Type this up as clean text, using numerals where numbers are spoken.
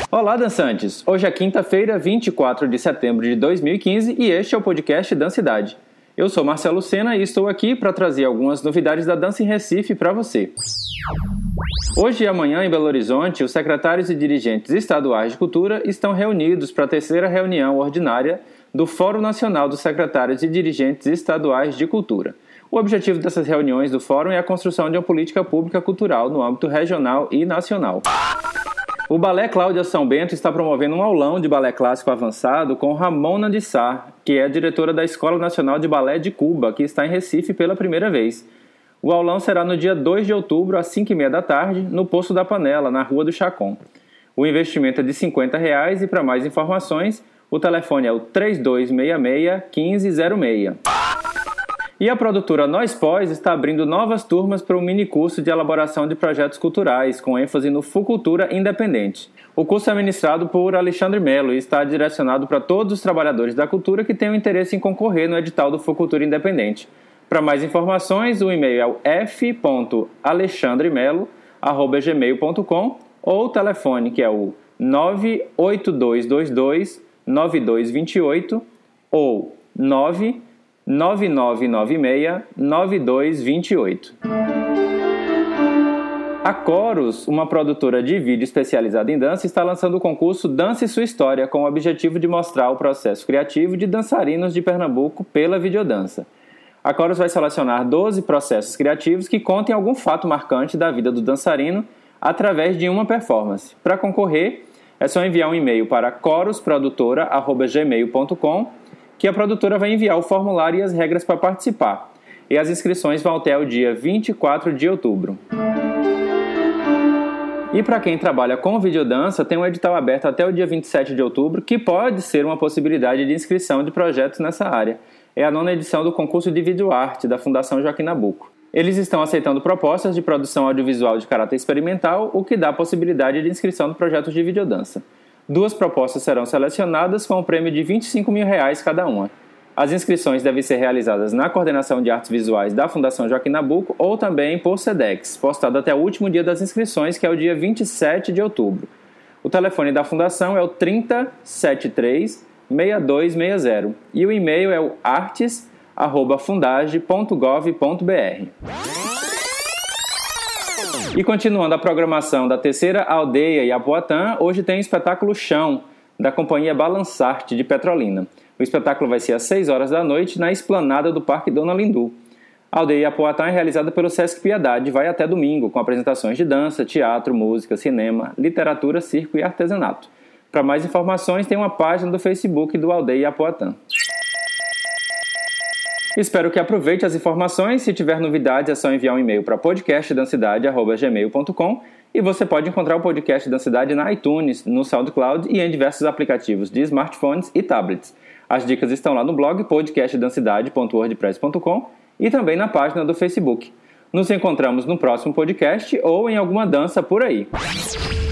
Olá, dançantes! Hoje é quinta-feira, 24 de setembro de 2015 e este é o podcast Dancidade. Eu sou Marcelo Sena e estou aqui para trazer algumas novidades da dança em Recife para você. Hoje e amanhã, em Belo Horizonte, os secretários e dirigentes estaduais de cultura estão reunidos para a terceira reunião ordinária do Fórum Nacional dos Secretários e Dirigentes Estaduais de Cultura. O objetivo dessas reuniões do Fórum é a construção de uma política pública cultural no âmbito regional e nacional. O Balé Cláudia São Bento está promovendo um aulão de balé clássico avançado com Ramona de Sá, que é a diretora da Escola Nacional de Balé de Cuba, que está em Recife pela primeira vez. O aulão será no dia 2 de outubro, às 5h30 da tarde, no Poço da Panela, na Rua do Chacon. O investimento é de R$50 e, para mais informações, o telefone é o 3266-1506. E a produtora Nós Pós está abrindo novas turmas para o minicurso de elaboração de projetos culturais, com ênfase no Fucultura Independente. O curso é ministrado por Alexandre Melo e está direcionado para todos os trabalhadores da cultura que tenham interesse em concorrer no edital do Fucultura Independente. Para mais informações, o e-mail é o f.alexandremelo@gmail.com ou o telefone que é o 98222-9228 ou 99996-9228. A Coros, uma produtora de vídeo especializada em dança, está lançando o concurso Dance Sua História, com o objetivo de mostrar o processo criativo de dançarinos de Pernambuco pela videodança. A Coros vai selecionar 12 processos criativos que contem algum fato marcante da vida do dançarino através de uma performance. Para concorrer, é só enviar um e-mail para corosprodutora@gmail.com, que a produtora vai enviar o formulário e as regras para participar. E as inscrições vão até o dia 24 de outubro. E para quem trabalha com videodança, tem um edital aberto até o dia 27 de outubro, que pode ser uma possibilidade de inscrição de projetos nessa área. É a 9ª edição do concurso de videoarte da Fundação Joaquim Nabuco. Eles estão aceitando propostas de produção audiovisual de caráter experimental, o que dá a possibilidade de inscrição de projetos de videodança. 2 propostas serão selecionadas com um prêmio de R$25.000 cada uma. As inscrições devem ser realizadas na Coordenação de Artes Visuais da Fundação Joaquim Nabuco ou também por SEDEX, postado até o último dia das inscrições, que é o dia 27 de outubro. O telefone da Fundação é o 3073-6260 e o e-mail é o artes@fundage.gov.br. E continuando a programação da Terceira Aldeia e Apoatã, hoje tem o espetáculo Chão, da companhia Balançarte de Petrolina. O espetáculo vai ser às 6 horas da noite na esplanada do Parque Dona Lindu. A Aldeia e Apoatã é realizada pelo Sesc Piedade e vai até domingo, com apresentações de dança, teatro, música, cinema, literatura, circo e artesanato. Para mais informações, tem uma página do Facebook do Aldeia e Apoatã. Espero que aproveite as informações. Se tiver novidades, é só enviar um e-mail para podcastdancidade@gmail.com e você pode encontrar o podcast Dancidade na iTunes, no SoundCloud e em diversos aplicativos de smartphones e tablets. As dicas estão lá no blog podcastdancidade.wordpress.com e também na página do Facebook. Nos encontramos no próximo podcast ou em alguma dança por aí.